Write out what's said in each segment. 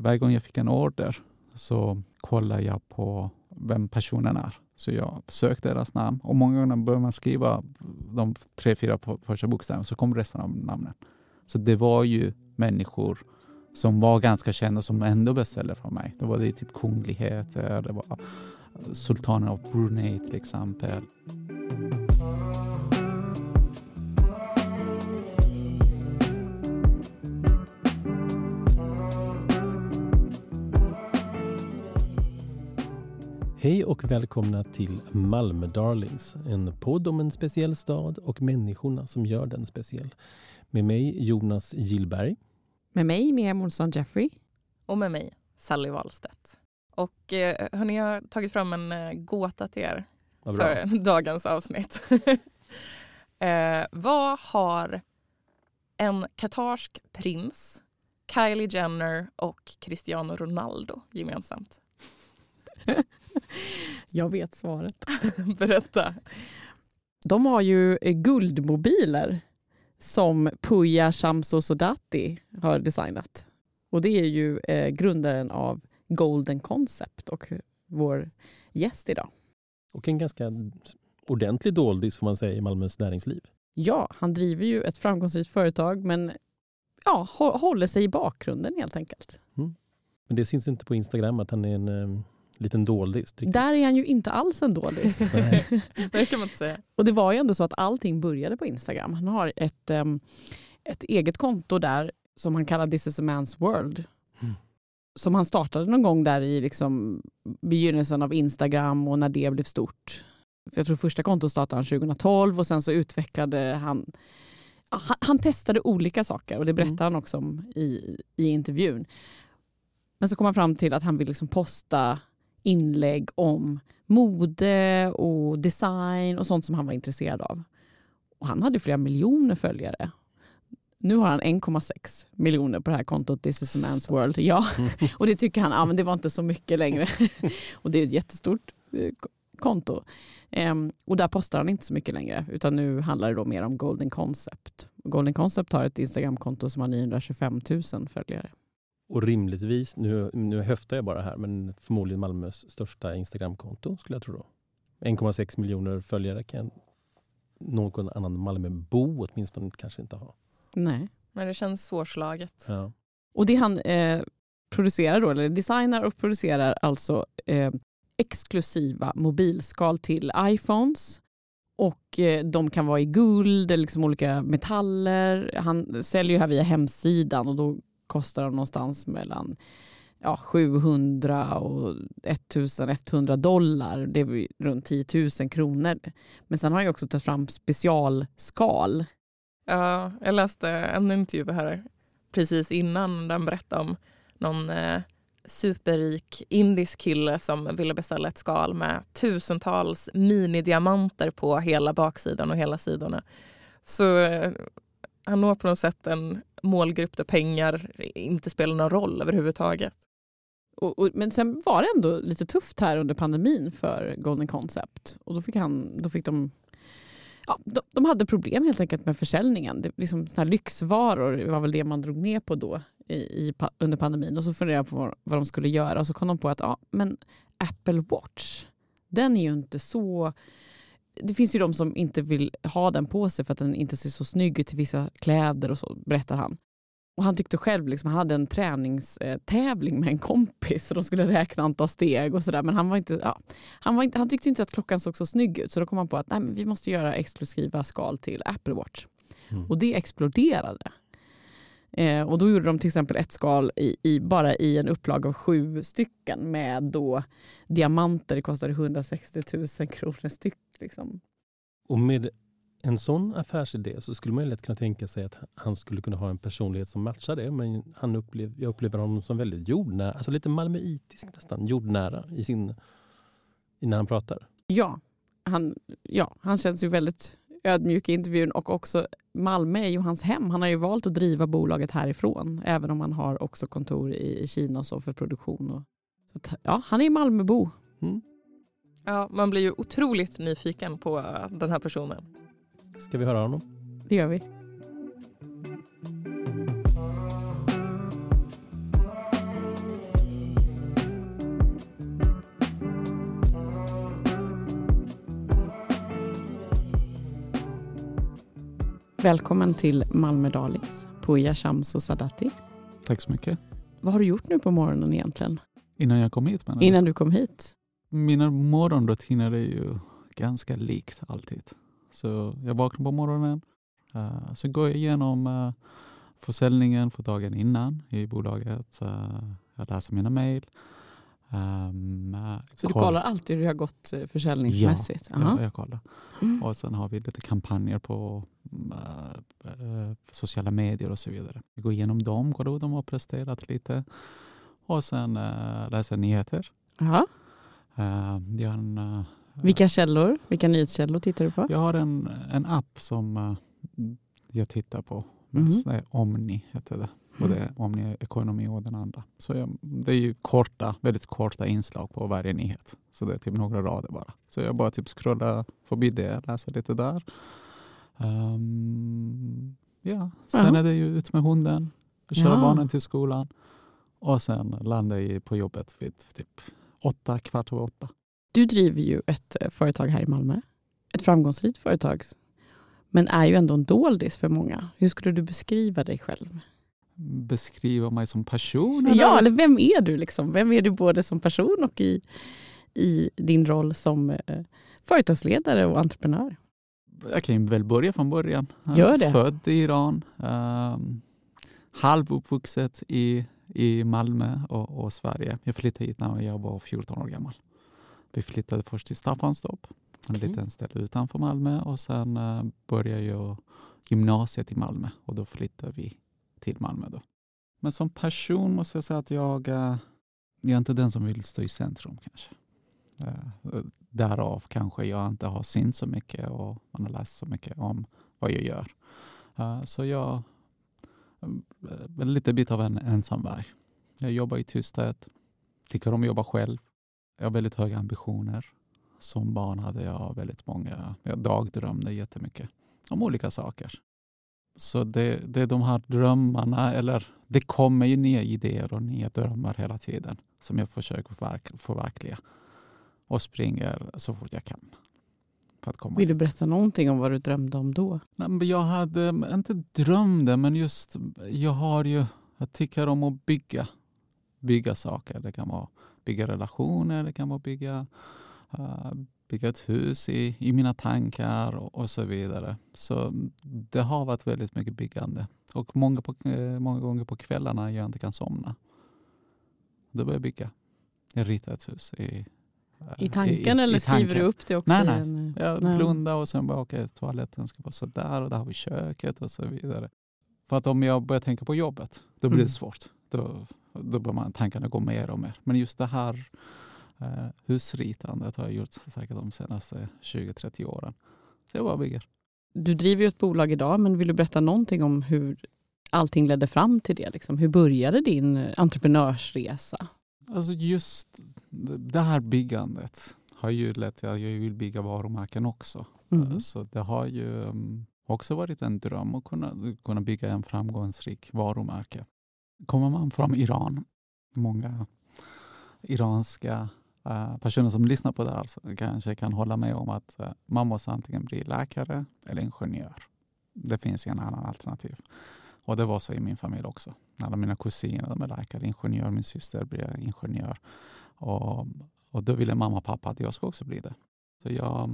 varje gång jag fick en order så kollade jag på vem personen är. Så jag sökte deras namn. Och många gånger börjar man skriva de 3-4 första bokstäverna så kom resten av namnen. Så det var ju människor som var ganska kända som ändå beställde från mig. Det var det typ kungligheter, det var sultanen av Brunei till exempel. Hej och välkomna till Malmö Darlings, en podd om en speciell stad och människorna som gör den speciell. Med mig Jonas Gillberg. Med mig Miriam Olsson Jeffrey. Och med mig Sally Wahlstedt. Och hörni, jag har tagit fram en gåta till er för dagens avsnitt. Vad har en katarsk prins, Kylie Jenner och Cristiano Ronaldo gemensamt? Jag vet svaret. Berätta. De har ju guldmobiler som Puja Shamsosodati har designat. Och det är ju grundaren av Golden Concept och vår gäst idag. Och en ganska ordentlig doldis får man säga i Malmös näringsliv. Ja, han driver ju ett framgångsrikt företag men håller sig i bakgrunden helt enkelt. Mm. Men det syns inte på Instagram att han är en liten doldis. Riktigt. Där är han ju inte alls en doldis. Det kan man inte säga. Och det var ju ändå så att allting började på Instagram. Han har ett eget konto där som han kallar This is a man's world. Mm. Som han startade någon gång där i liksom begynnelsen av Instagram och när det blev stort. För jag tror första kontot startade han 2012 och sen så utvecklade han testade olika saker och det berättar han också om i intervjun. Men så kom han fram till att han vill liksom posta inlägg om mode och design och sånt som han var intresserad av. Och han hade flera miljoner följare. Nu har han 1,6 miljoner på det här kontot This is a man's world. Ja, och det tycker han, men det var inte så mycket längre. Och det är ett jättestort konto. Och där postar han inte så mycket längre. Utan nu handlar det då mer om Golden Concept. Golden Concept har ett Instagram-konto som har 925 000 följare. Och rimligtvis, nu höftar jag bara här, men förmodligen Malmös största Instagram-konto skulle jag tro då. 1,6 miljoner följare kan någon annan Malmöbo åtminstone kanske inte ha. Nej. Men det känns svårslaget. Ja. Och det han producerar då, eller designar och producerar alltså exklusiva mobilskal till iPhones. Och de kan vara i guld eller liksom olika metaller. Han säljer ju här via hemsidan och då kostar de någonstans mellan 700 och $1,100. Det är runt 10 000 kronor. Men sen har jag också tagit fram specialskal. Ja, jag läste en intervju här precis innan den berättade om någon superrik indisk kille som ville beställa ett skal med tusentals minidiamanter på hela baksidan och hela sidorna. Så han når på något sätt en målgrupp där pengar inte spelar någon roll överhuvudtaget. Men sen var det ändå lite tufft här under pandemin för Golden Concept. Och då fick de... Ja, de hade problem helt enkelt med försäljningen. Det, liksom, såna här lyxvaror var väl det man drog ner på då under pandemin. Och så funderade jag på vad de skulle göra. Och så kom de på att men Apple Watch, den är ju inte så... Det finns ju de som inte vill ha den på sig för att den inte ser så snygg ut till vissa kläder och så, berättar han. Och han tyckte själv, liksom, han hade en träningstävling med en kompis och de skulle räkna antal steg och sådär. Men han tyckte inte att klockan såg så snygg ut. Så då kom han på att men vi måste göra exklusiva skal till Apple Watch. Mm. Och det exploderade. Och då gjorde de till exempel ett skal bara i en upplag av 7 stycken med då diamanter. Det kostade 160 000 kronor styck. Liksom. Och med en sån affärsidé så skulle man ju lätt kunna tänka sig att han skulle kunna ha en personlighet som matchar det. Men jag upplever honom som väldigt jordnära, alltså lite malmöitisk nästan, jordnära när han pratar. Ja, han känns ju väldigt ödmjuk i intervjun och också Malmö är ju hans hem. Han har ju valt att driva bolaget härifrån, även om han har också kontor i Kina och så för produktion. Han är Malmöbo. Mm. Ja, man blir ju otroligt nyfiken på den här personen. Ska vi höra honom? Det gör vi. Välkommen till Malmö Darlings, Pooya Shamsu Sadati. Tack så mycket. Vad har du gjort nu på morgonen egentligen? Innan jag kom hit? Innan du kom hit? Mina morgonrutiner är ju ganska likt alltid. Så jag vaknar på morgonen. Så går jag igenom försäljningen för dagen innan i bolaget. Jag läser mina mejl. Så du kollar alltid hur det har gått försäljningsmässigt? Ja, jag kollar. Och sen har vi lite kampanjer på sociala medier och så vidare. Vi går igenom dem, kollar hur de har presterat lite. Och sen läser nyheter. Aha. Vilka nyhetskällor tittar du på? Jag har en app som jag tittar på. Det är Omni heter det. Både Omni Ekonomi och den andra. Så det är ju väldigt korta inslag på varje nyhet. Så det är typ några rader bara. Så jag bara typ scrollar förbi det, läser lite där. Sen är det ju ut med hunden. Köra barnen till skolan. Och sen landar jag på jobbet vid typ 8:15. Du driver ju ett företag här i Malmö. Ett framgångsrikt företag. Men är ju ändå en doldis för många. Hur skulle du beskriva dig själv? Beskriva mig som person? Eller? Ja, eller vem är du liksom? Vem är du både som person och i din roll som företagsledare och entreprenör? Jag kan väl börja från början. Gör det. Född i Iran. Halvuppvuxet i Malmö och Sverige. Jag flyttade hit när jag var 14 år gammal. Vi flyttade först till Staffanstorp. En liten ställe utanför Malmö. Och sen började jag gymnasiet i Malmö. Och då flyttade vi till Malmö då. Men som person måste jag säga att jag är inte den som vill stå i centrum kanske. Därav kanske jag inte har syn så mycket och man har läst så mycket om vad jag gör. Så jag är lite bit av en ensamvarg. Jag jobbar i tysthet. Tycker om att jobba själv. Jag har väldigt höga ambitioner. Som barn hade jag väldigt många. Jag dagdrömde jättemycket om olika saker. Så det är de här drömmarna, eller det kommer ju nya idéer och nya drömmar hela tiden som jag försöker förverkliga och springer så fort jag kan. För att komma Vill du berätta någonting om vad du drömde om då? Nej, men jag hade inte drömde, men just jag tycker om att bygga saker. Det kan vara bygga relationer, det kan vara bygga ett hus i mina tankar och så vidare. Så det har varit väldigt mycket byggande. Och många gånger på kvällarna jag inte kan somna. Då börjar jag bygga. Jag ritar ett hus i tanken eller skriver du upp det också? Nej. Jag blundar och sen bara toaletten ska vara så där och där har vi köket och så vidare. För att om jag börjar tänka på jobbet, då blir det svårt. Då börjar tankarna gå mer och mer. Men just det här husritandet har jag gjort säkert de senaste 20-30 åren. Så jag bara bygger. Du driver ju ett bolag idag, men vill du berätta någonting om hur allting ledde fram till det? Liksom? Hur började din entreprenörsresa? Alltså just det här byggandet har ju lett till att jag vill bygga varumärken också. Så det har ju också varit en dröm att kunna bygga en framgångsrik varumärke. Kommer man från Iran, många iranska personer som lyssnar på det här så kanske kan hålla med om att man måste antingen bli läkare eller ingenjör. Det finns en annan alternativ. Och det var så i min familj också. Alla mina kusiner de är läkare, ingenjör, min syster blev ingenjör. Och då ville mamma och pappa att jag ska också bli det. Så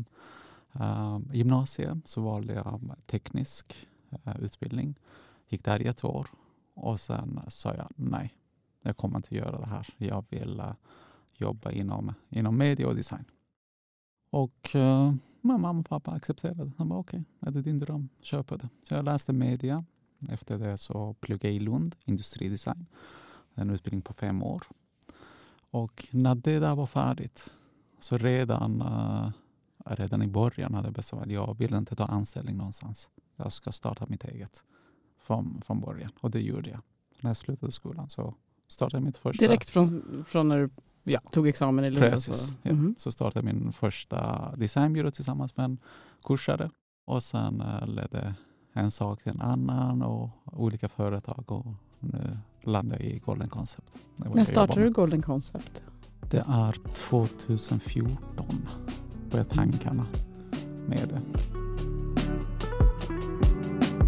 i gymnasiet så valde jag teknisk utbildning. Gick där i 1 år. Och sen sa jag nej, jag kommer inte göra det här. Jag vill jobba inom media och design. Och mamma och pappa accepterade. De bara okej, är det din dröm? Kör på det. Så jag läste media. Efter det så pluggade jag i Lund, industridesign. En utbildning på 5 år. Och när det där var färdigt så redan i början hade jag bestämt att jag vill inte ta anställning någonstans. Jag ska starta mitt eget från början. Och det gjorde jag. När jag slutade skolan så startade jag mitt första... Direkt från när du tog examen i Lund? Precis. Så startade jag min första designbyrå tillsammans med en kursare. Och sen ledde en sak till en annan och olika företag. Och nu landade jag i Golden Concept. När startade du Golden Concept? Det är 2014. Började tankarna med det.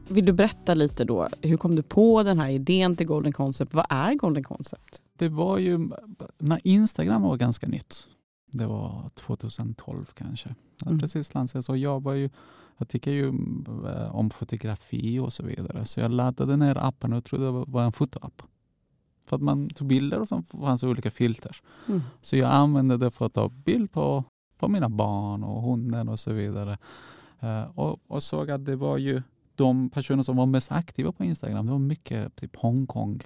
Vill du berätta lite då, hur kom du på den här idén till Golden Concept? Vad är Golden Concept? Det var ju när Instagram var ganska nytt. Det var 2012 kanske. Precis lanserades. Så jag tycker ju om fotografi och så vidare. Så jag laddade ner appen och trodde det var en fotoapp. För att man tog bilder och så fanns olika filter. Så jag använde det för att ta bild på mina barn och hunden och så vidare. Och såg att det var ju de personer som var mest aktiva på Instagram. Det var mycket typ Hongkong.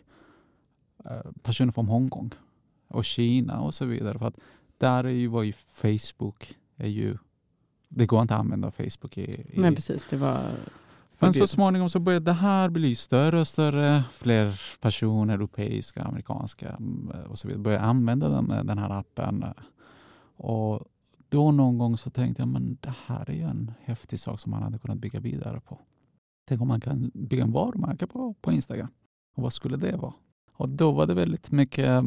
Personer från Hongkong och Kina och så vidare. För att där var ju Facebook det går inte att använda Facebook Nej, precis. Det var... Men så småningom så började det här bli större och större. Fler personer, europeiska, amerikanska och så vidare, började använda den här appen. Och då någon gång så tänkte jag, men det här är ju en häftig sak som man hade kunnat bygga vidare på. Tänk om man kan bygga en varumärke på Instagram. Och vad skulle det vara? Och då var det väldigt mycket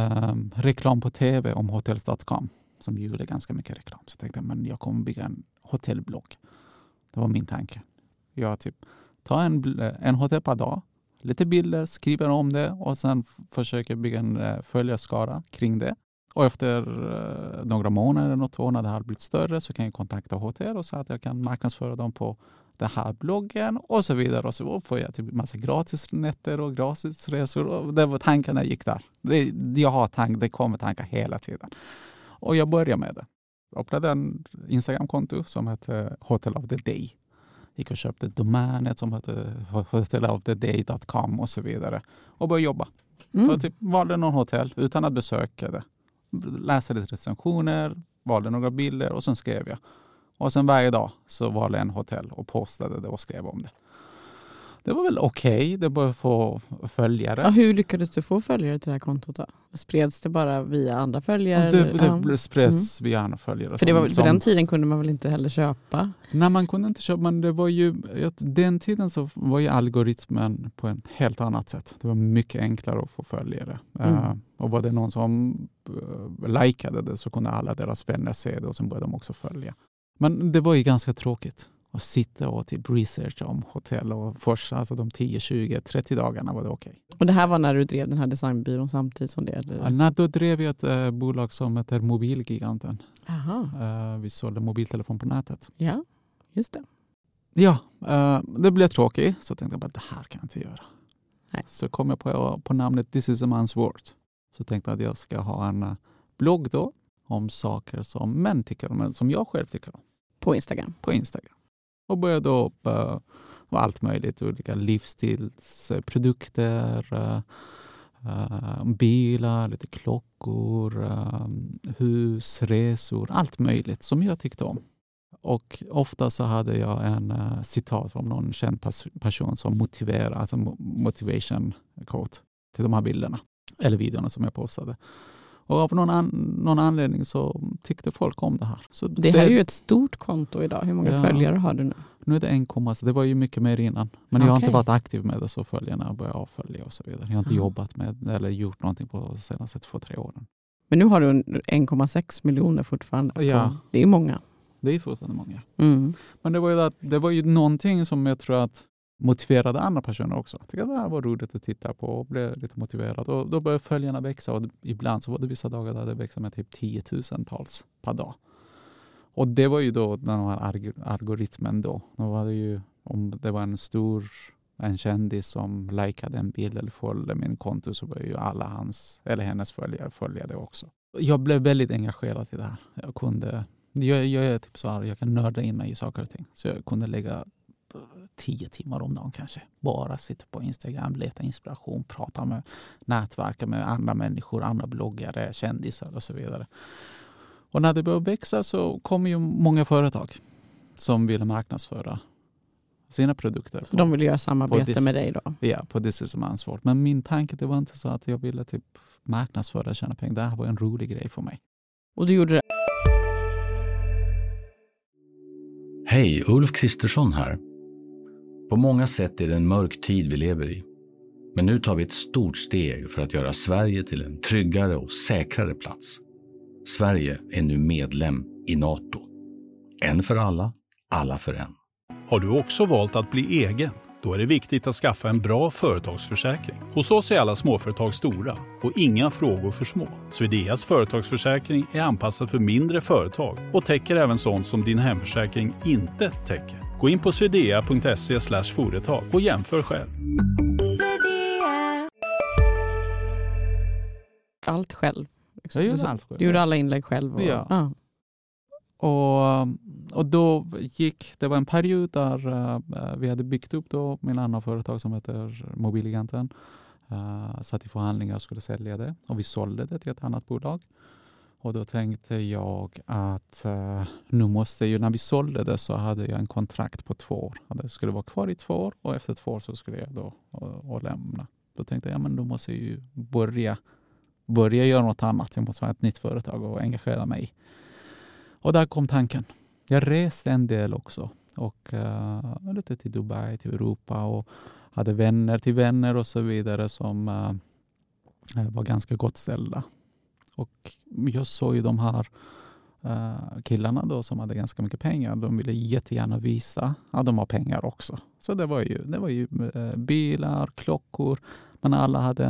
reklam på tv om hotels.com som gjorde ganska mycket reklam. Så jag tänkte, men jag kommer bygga en hotellblogg. Det var min tanke. Jag tar en hotell per dag, lite bilder, skriver om det och sen försöker bygga en följarskara kring det. Och efter några månader, något år när det har blivit större så kan jag kontakta hotell och säga att jag kan marknadsföra dem på den här bloggen och så vidare. Och så får jag typ massa gratis nätter och gratis resor. Och det var tankarna gick där. Jag har det kommer tankar hela tiden. Och jag började med det. Jag öppnade en Instagram-konto som heter Hotel of the Day. Gick och köpte domänet som heter hoteloftheday.com och så vidare. Och började jobba. Så valde någon hotell utan att besöka det. Läste lite recensioner, valde några bilder och sen skrev jag. Och sen varje dag så valde jag en hotell och postade det och skrev om det. Det var väl okej. Det började få följare. Ja, hur lyckades du få följare till det här kontot då? Spreds det bara via andra följare? Det spreds via andra följare. För på den tiden kunde man väl inte heller köpa? Nej, man kunde inte köpa. Men det var ju, den tiden så var ju algoritmen på ett helt annat sätt. Det var mycket enklare att få följare. Och var det någon som likade det så kunde alla deras vänner se det och sen började de också följa. Men det var ju ganska tråkigt att sitta och typ researcha om hotell och först, alltså de 10, 20, 30 dagarna var det okej. Och det här var när du drev den här designbyrån samtidigt som det? Eller? Ja, då drev jag ett bolag som heter Mobilgiganten. Aha. Vi sålde mobiltelefon på nätet. Ja, just det. Ja, det blev tråkigt så tänkte jag bara det här kan jag inte göra. Nej. Så kom jag på namnet This is a man's world. Så tänkte jag att jag ska ha en blogg då om saker som män tycker om, som jag själv tycker om. På Instagram? På Instagram. Och började då allt möjligt. Olika livsstilsprodukter, bilar, lite klockor, hus, resor. Allt möjligt som jag tyckte om. Och ofta så hade jag en citat från någon känd person som motiverar, alltså motivation quote till de här bilderna. Eller videorna som jag postade. Och av någon anledning så tyckte folk om det här. Så det här är ju ett stort konto idag. Hur många följare har du nu? Nu är det 1,6. Det var ju mycket mer innan. Men jag har inte varit aktiv med det så följarna börjar avfölja och så vidare. Jag har inte jobbat med eller gjort någonting på de senaste 2-3 åren. Men nu har du 1,6 miljoner fortfarande. Ja. Det är många. Det är fortfarande många. Mm. Men det var ju någonting som jag tror att motiverade andra personer också. Jag tyckte att det här var roligt att titta på och blev lite motiverad. Och då började följarna växa och ibland så var det vissa dagar där det växte med typ 10 000-tals per dag. Och det var ju då den här algoritmen då. Då var det ju, om det var en kändis som likade en bild eller följde min konto så var ju alla hans eller hennes följare följa det också. Jag blev väldigt engagerad i det här. Jag är typ så här, jag kan nörda in mig i saker och ting. Så jag kunde lägga 10 timmar om dagen kanske. Bara sitta på Instagram, leta inspiration, prata med nätverka med andra människor, andra bloggare, kändisar och så vidare. Och när det började växa så kom ju många företag som ville marknadsföra sina produkter. Så de ville göra samarbete med dig då? Ja, på This is a man's world. Men min tanke det var inte så att jag ville typ marknadsföra och tjäna pengar. Det här var en rolig grej för mig. Och du gjorde det? Hej, Ulf Kristersson här. På många sätt är det en mörk tid vi lever i. Men nu tar vi ett stort steg för att göra Sverige till en tryggare och säkrare plats. Sverige är nu medlem i NATO. En för alla, alla för en. Har du också valt att bli egen? Då är det viktigt att skaffa en bra företagsförsäkring. Hos oss är alla småföretag stora och inga frågor för små. Swedeas företagsförsäkring är anpassad för mindre företag och täcker även sånt som din hemförsäkring inte täcker. Gå in på swedea.se/företag och jämför själv. Allt själv. Jag gjorde allt själv. Du gjorde alla inlägg själv? Och, ja. Och då det var en period där vi hade byggt upp då min andra företag som heter Mobilgiganten. Satt i förhandlingar och skulle sälja det. Och vi sålde det till ett annat bolag. Och då tänkte jag att nu måste ju, när vi sålde det så hade jag en kontrakt på 2 år. Det skulle vara kvar i 2 år och efter 2 år så skulle jag då och lämna. Då tänkte jag, men då måste jag ju börja göra något annat. Jag måste ha ett nytt företag och engagera mig. Och där kom tanken. Jag reste en del också. Och lite till Dubai, till Europa och hade vänner och så vidare som var ganska gott ställda. Och jag såg ju de här killarna då som hade ganska mycket pengar. De ville jättegärna visa att de har pengar också. Så det var ju bilar, klockor. Men alla hade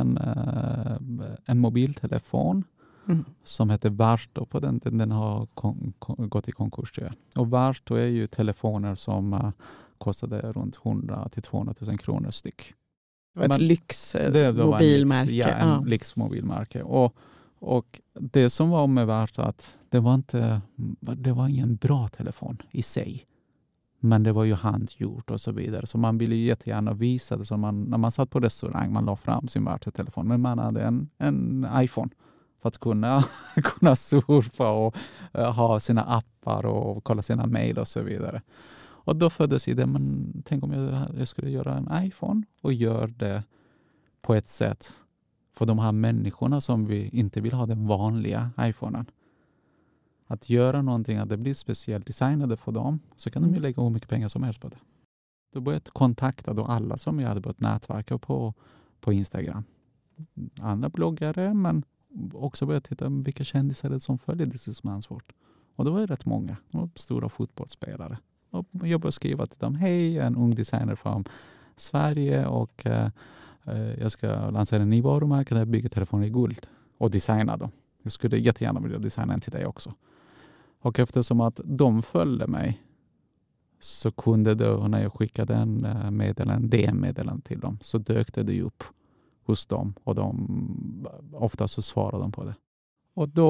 en mobiltelefon som heter Varto. På den har gått i konkurs. Och Varto är ju telefoner som kostade runt 100 till 200 000 kronor styck. Ett lyxmobilmärke. Ja, en lyxmobilmärke. Och det som var med Varto att det var ingen bra telefon i sig. Men det var ju handgjort och så vidare. Så man ville jättegärna visa det. Så när man satt på restaurang, man la fram sin Varto-telefon. Men man hade en iPhone för att kunna surfa och ha sina appar och kolla sina mejl och så vidare. Och då föddes idén, men tänk om jag skulle göra en iPhone och göra det på ett sätt för de här människorna som vi inte vill ha den vanliga iPhonen. Att göra någonting, att det blir speciellt designade för dem, så kan de ju lägga hur mycket pengar som helst på det. Då började jag kontakta då alla som jag hade börjat nätverka på Instagram. Andra bloggare, men också började titta vilka kändisar det som följer This is Mansworth. Och då var det rätt många. Det var stora fotbollsspelare. Och jag började skriva till dem, hej, jag är en ung designer från Sverige och jag ska lansera en ny varumärke där jag bygger telefoner i guld och designa dem. Jag skulle jättegärna vilja designa en till dig också. Och eftersom att de följde mig så kunde då, när jag skickade en DM-meddelande till dem, så dök det upp hos dem. Och ofta så svarade de på det. Och det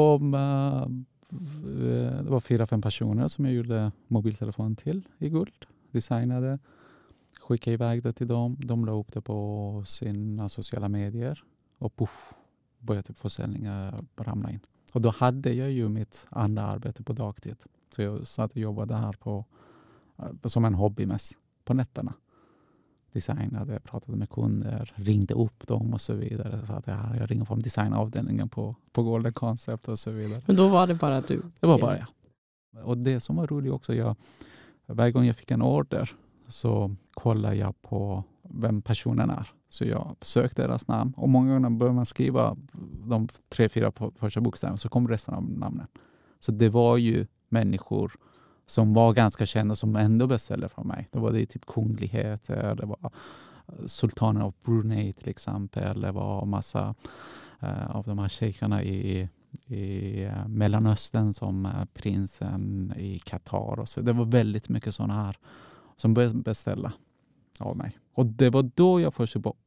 var 4-5 personer som jag gjorde mobiltelefon till i guld. Designade, skickade iväg det till dem. De la upp det på sina sociala medier. Och puff, började försäljningar ramla in. Och då hade jag ju mitt andra arbete på dagtid. Så jag satt och jobbade här som en hobbymäss på nätterna. Designade, pratade med kunder, ringde upp dem och så vidare. Så att jag ringer från designavdelningen på Golden Concept och så vidare. Men då var det bara du? Det var bara jag. Och det som var roligt också, varje gång jag fick en order så kollade jag på vem personen är. Så jag sökte deras namn. Och många gånger började man skriva de 3-4 första bokstäverna så kom resten av namnen. Så det var ju människor som var ganska kända som ändå beställde från mig. Det var det typ kungligheter, det var sultanen av Brunei till exempel. Det var massa av de här shejkarna i Mellanöstern som prinsen i Qatar. Och så. Det var väldigt mycket sådana här som började beställa av mig. Och det var då jag förstod på,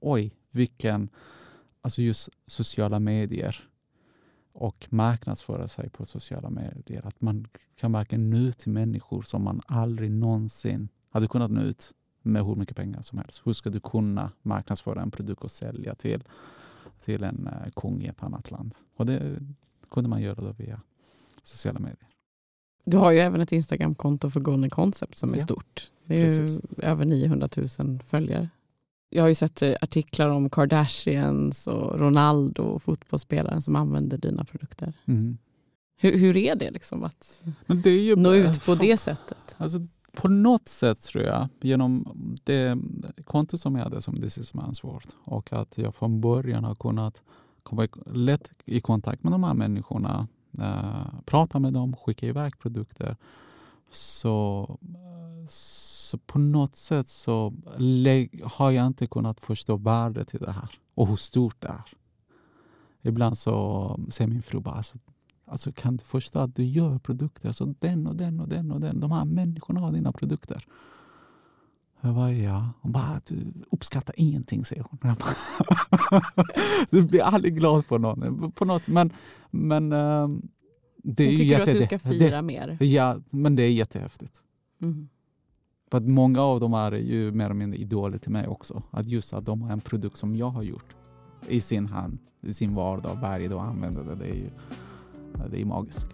alltså just sociala medier och marknadsföra sig på sociala medier. Att man kan verkligen nå ut till människor som man aldrig någonsin hade kunnat nå ut med hur mycket pengar som helst. Hur ska du kunna marknadsföra en produkt och sälja till en kung i ett annat land? Och det kunde man göra då via sociala medier. Du har ju även ett Instagram-konto för Golden Concept som är stort. Det är ju över 900 000 följare. Jag har ju sett artiklar om Kardashians och Ronaldo, fotbollsspelaren som använder dina produkter. Mm. Hur är det liksom att nå ut på det sättet? Alltså, på något sätt tror jag, genom det konto som jag hade som This is Mansworth och att jag från början har kunnat komma lätt i kontakt med de här människorna, prata med dem, skicka iväg produkter, så Så på något sätt så har jag inte kunnat förstå värdet i det här och hur stort det är. Ibland så säger min fru bara, alltså kan du förstå att du gör produkter, alltså den och den och den och den, de här människorna har dina produkter. Jag bara, ja. Hon bara, du uppskattar ingenting, säger hon. Jag bara, du blir aldrig glad på något. Men det är ju tycker du att du ska fira mer? Ja, men det är jättehäftigt. Mm. För att många av dem är ju mer eller mindre idoler till mig också. Att just att de har en produkt som jag har gjort i sin hand, i sin vardag, varje dag använder det. Det är magiskt.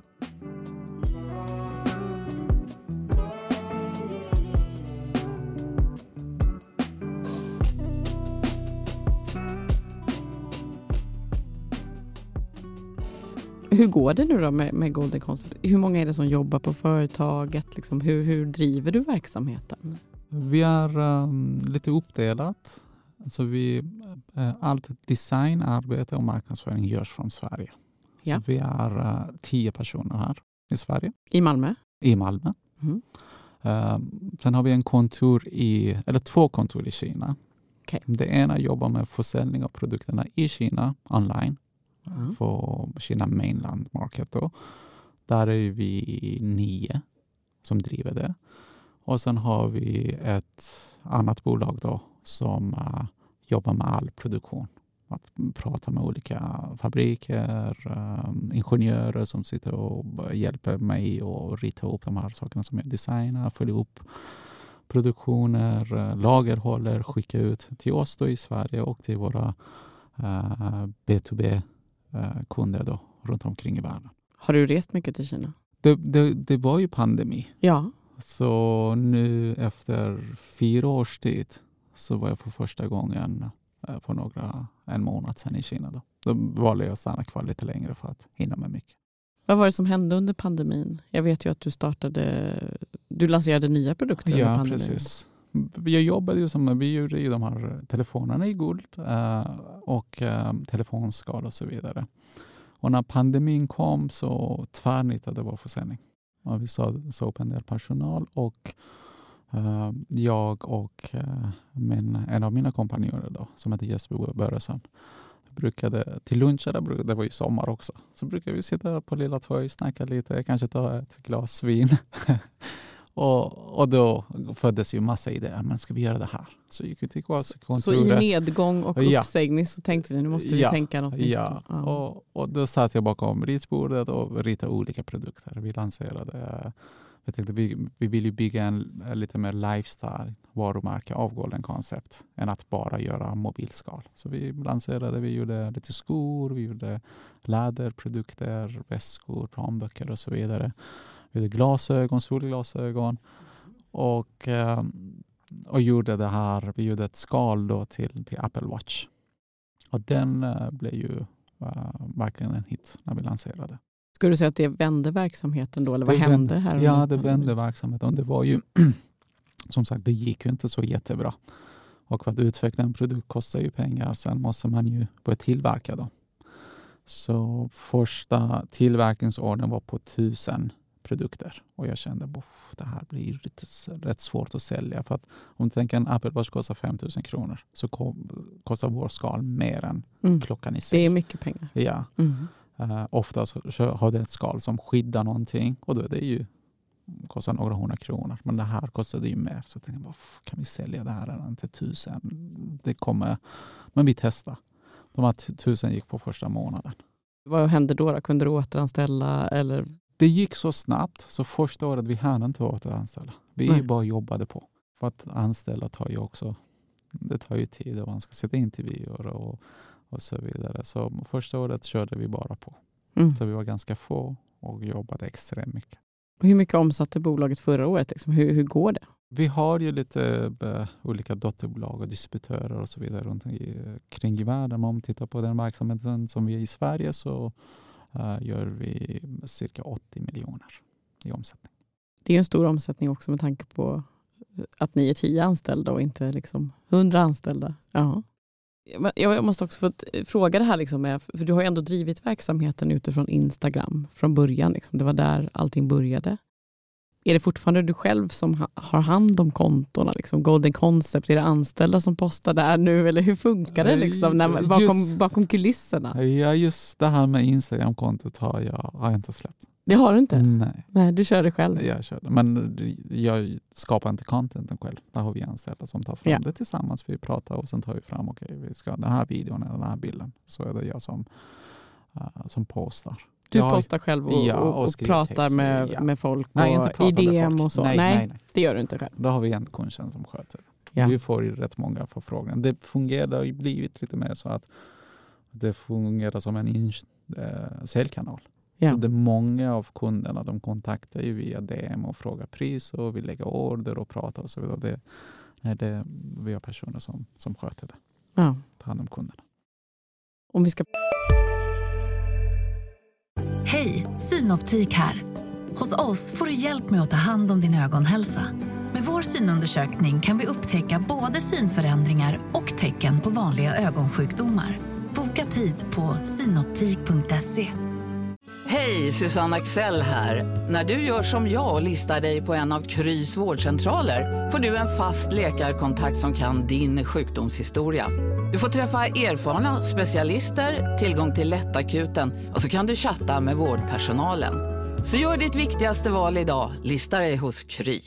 Hur går det nu då med Golden Concept? Hur många är det som jobbar på företaget? Liksom, hur driver du verksamheten? Vi är lite uppdelat. Så allt designarbete och marknadsföring görs från Sverige. Ja. Så vi är 10 personer här i Sverige. I Malmö? I Malmö. Mm. Sen har vi 2 kontor i Kina. Okay. Det ena jobbar med försäljning av produkterna i Kina online. För Kina mainland market då. Där är vi 9 som driver det. Och sen har vi ett annat bolag då som jobbar med all produktion. Att prata med olika fabriker, ingenjörer som sitter och hjälper mig och rita upp de här sakerna som jag designar, följer upp produktioner, lagerhåller, skicka ut till oss då i Sverige och till våra B2B kunder då runt omkring i världen. Har du rest mycket till Kina? Det var ju pandemi. Ja. Så nu efter 4 års tid så var jag för första gången för en månad sedan i Kina. Då valde jag att stanna kvar lite längre för att hinna med mycket. Vad var det som hände under pandemin? Jag vet ju att du lanserade nya produkter under pandemin. Ja, precis. Jag jobbade ju vi gjorde ju de här telefonerna i guld och telefonskal och så vidare. Och när pandemin kom så tvärnitade vår försäljning. Och vi sa upp en del personal och jag och en av mina kompanjoner då, som heter Jesper Börjesson, brukade till luncher, det var ju sommar också, så brukade vi sitta på Lilla Torg, snacka lite, kanske ta ett glas vin. Och då föddes ju massa idéer. Men ska vi göra det här? Så gick vi till kontoret. Så i nedgång och uppsägning så tänkte ni, nu måste vi tänka något nytt. Ja, och då satt jag bakom ritbordet och ritade olika produkter. Vi lanserade, jag tänkte vi vill ju bygga en lite mer lifestyle varumärke av Golden Concept än att bara göra mobilskal. Så vi gjorde lite skor, vi gjorde läderprodukter, väskor, plånböcker och så vidare. Vi gjorde glasögon, solglasögon och gjorde det här. Vi gjorde ett skal då till Apple Watch. Och den blev ju verkligen en hit när vi lanserade. Skulle du säga att det vände verksamheten då? Eller vad hände här? Ja, det vände verksamheten. Det var ju, som sagt, det gick ju inte så jättebra. Och för att utveckla en produkt kostar ju pengar. Sen måste man ju börja tillverka då. Så första tillverkningsordern var på 1000 produkter. Och jag kände det här blir rätt svårt att sälja. För att om du tänker en Apple Watch kostar 5 000 kronor så kostar vår skal mer än klockan i sig. Det är mycket pengar. Ja. Oftast har det ett skal som skyddar någonting och då är det ju kostar några 100 kronor. Men det här kostade ju mer. Så jag tänkte, kan vi sälja det här eller inte 1000? Det kommer. Men vi testade. De här 1000 gick på första månaden. Vad hände då? Kunde du återanställa eller? Det gick så snabbt så första året vi hann inte återanställa. Vi bara jobbade på. För att anställa tar ju tid och man ska sätta intervjuer och så vidare. Så första året körde vi bara på. Så vi var ganska få och jobbade extremt mycket. Hur mycket omsatte bolaget förra året? Liksom? Hur går det? Vi har ju lite olika dotterbolag och distributörer och så vidare runt kring i världen. Om man tittar på den verksamheten som vi är i Sverige så gör vi cirka 80 miljoner i omsättning. Det är en stor omsättning också med tanke på att ni är 10 anställda och inte liksom 100 anställda. Ja. Jag måste också få fråga det här, liksom för du har ju ändå drivit verksamheten utifrån Instagram från början. Liksom. Det var där allting började. Är det fortfarande du själv som har hand om kontona? Liksom Golden Concept, är det anställda som postar där nu? Eller hur funkar det liksom, bakom kulisserna? Ja, just det här med Instagram-kontot har jag inte släppt. Det har du inte? Nej, du kör det själv. Jag kör det. Men jag skapar inte contenten själv. Där har vi anställda som tar fram det tillsammans. Vi pratar och sen tar vi fram vi ska den här videon eller den här bilden. Så är det jag som postar. Du postar själv och pratar med folk i DM och så? Nej, det gör du inte själv. Då har vi en kundtjänst som sköter. Ja. Vi får ju rätt många förfrågningar. Det fungerar ju blivit lite mer så att det fungerar som en säljkanal. Ja. Så det är många av kunderna, de kontaktar ju via DM och frågar pris och vi lägger order och pratar och så vidare. Det vi har personer som sköter det. Ja. Tar hand om kunderna. Om vi ska... Hej, Synoptik här. Hos oss får du hjälp med att ta hand om din ögonhälsa. Med vår synundersökning kan vi upptäcka både synförändringar och tecken på vanliga ögonsjukdomar. Boka tid på synoptik.se. Hej, Susanne Axel här. När du gör som jag och listar dig på en av Krys vårdcentraler får du en fast läkarkontakt som kan din sjukdomshistoria. Du får träffa erfarna specialister, tillgång till lättakuten och så kan du chatta med vårdpersonalen. Så gör ditt viktigaste val idag, lista dig hos Kry.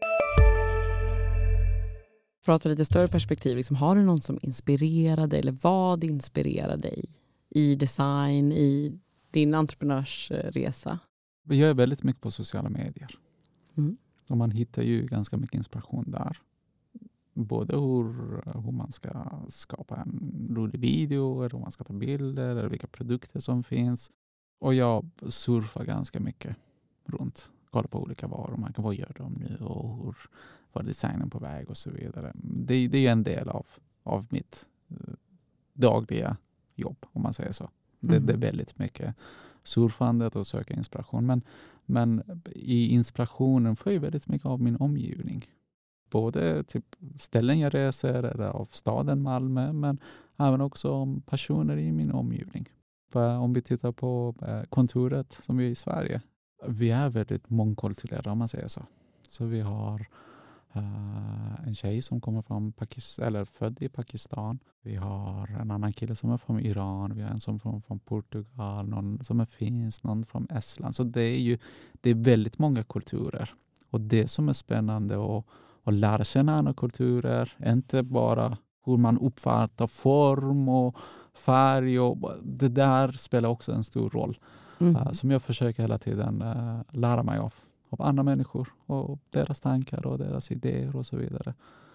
Prata lite större perspektiv, liksom, har du någon som inspirerar dig eller vad inspirerar dig i design, i din entreprenörsresa? Jag gör väldigt mycket på sociala medier. Och man hittar ju ganska mycket inspiration där. Både hur man ska skapa en rolig video, eller hur man ska ta bilder, eller vilka produkter som finns. Och jag surfar ganska mycket runt. Kollar på olika varor. Vad gör de nu och var designen på väg och så vidare. Det är en del av mitt dagliga jobb, om man säger så. Det är väldigt mycket surfandet och söka inspiration. Men i inspirationen får jag väldigt mycket av min omgivning. Både typ ställen jag reser eller av staden Malmö, men även också om personer i min omgivning. För om vi tittar på kontoret som vi är i Sverige, vi är väldigt mångkulturella, om man säger så. Så vi har en tjej som kommer från född i Pakistan. Vi har en annan kille som är från Iran. Vi har en som är från Portugal. Någon som är finsk. Någon från Estland. Så det är väldigt många kulturer. Och det som är spännande att lära känna andra kulturer. Inte bara hur man uppfattar form och färg. Och det där spelar också en stor roll. Som jag försöker hela tiden lära mig av andra människor och deras tankar och deras idéer och så vidare.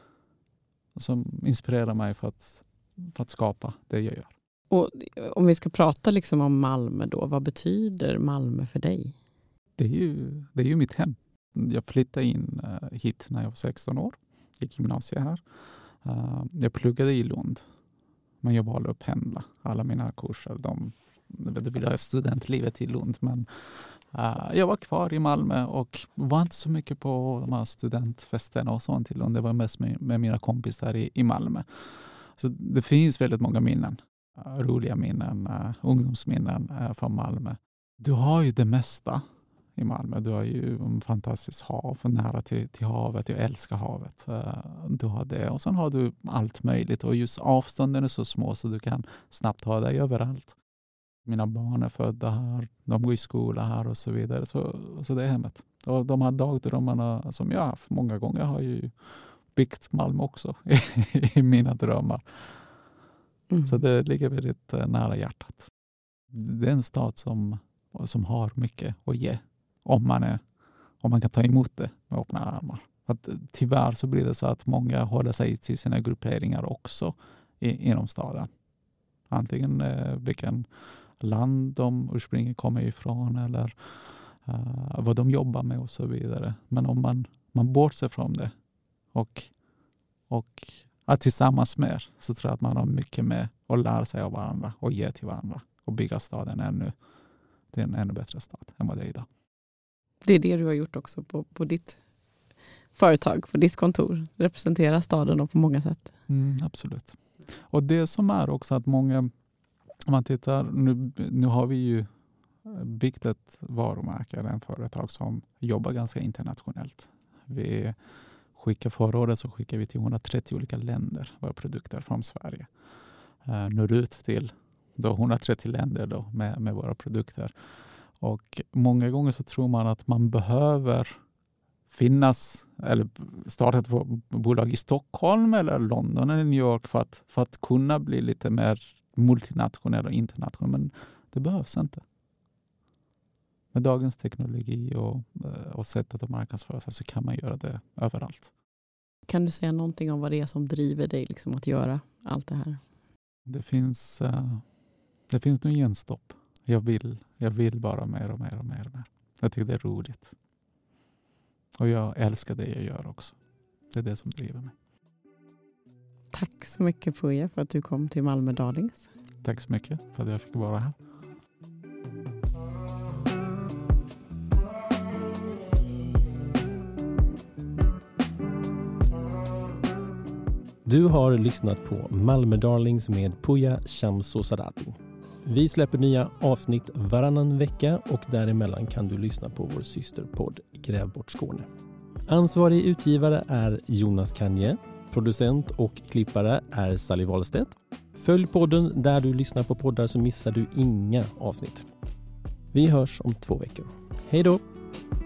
Som inspirerar mig för att skapa det jag gör. Och om vi ska prata liksom om Malmö då, vad betyder Malmö för dig? Det är ju mitt hem. Jag flyttade in hit när jag var 16 år. Gick gymnasiet här. Jag pluggade i Lund. Men jag valde att pendla. Alla mina kurser, de ville ha studentlivet i Lund. Men jag var kvar i Malmö och var inte så mycket på de här studentfesterna och sånt till Lund. Det var mest med mina kompisar i Malmö. Så det finns väldigt många minnen. Roliga minnen, ungdomsminnen från Malmö. Du har ju det mesta i Malmö. Du har ju en fantastisk hav, nära till havet. Jag älskar havet. Du har det. Och sen har du allt möjligt. Och just avstånden är så små så du kan snabbt ta dig överallt. Mina barn är födda här. De går i skola här och så vidare. Så det är hemmet. Och de här dagdrömmarna som jag har haft många gånger har ju byggt Malmö också i mina drömmar. Så det ligger väldigt nära hjärtat. Det är en stad som har mycket att ge. Om man kan ta emot det med öppna armar. Att tyvärr så blir det så att många håller sig till sina grupperingar också inom staden. Antingen vilken land de ursprungligen kommer ifrån eller vad de jobbar med och så vidare. Men om man bortser från det och att tillsammans med så tror jag att man har mycket med att lära sig av varandra och ge till varandra och bygga staden till en ännu bättre stad än vad det är idag. Det är det du har gjort också på ditt företag, på ditt kontor. Representera staden på många sätt. Absolut. Och det som är också att många, om man tittar, nu har vi ju byggt ett varumärke, en företag som jobbar ganska internationellt. Vi förra året så skickade vi till 130 olika länder våra produkter från Sverige. Når ut till 130 länder då med våra produkter. Och många gånger så tror man att man behöver finnas eller starta ett bolag i Stockholm eller London eller New York för att kunna bli lite mer multinationell och internationell. Men det behövs inte. Med dagens teknologi och sättet att marknadsföra sig så kan man göra det överallt. Kan du säga någonting om vad det är som driver dig liksom att göra allt det här? Det finns nog ingen stopp. Jag vill bara mer och mer och mer och mer. Jag tycker det är roligt. Och jag älskar det jag gör också. Det är det som driver mig. Tack så mycket Puja för att du kom till Malmö Darlings. Tack så mycket för att jag fick vara här. Du har lyssnat på Malmö Darlings med Puja Shamso-Sadati. Vi släpper nya avsnitt varannan vecka och däremellan kan du lyssna på vår systerpodd Gräv bort Skåne. Ansvarig utgivare är Jonas Kanje. Producent och klippare är Sally Wahlstedt. Följ podden där du lyssnar på poddar så missar du inga avsnitt. Vi hörs om 2 veckor. Hej då!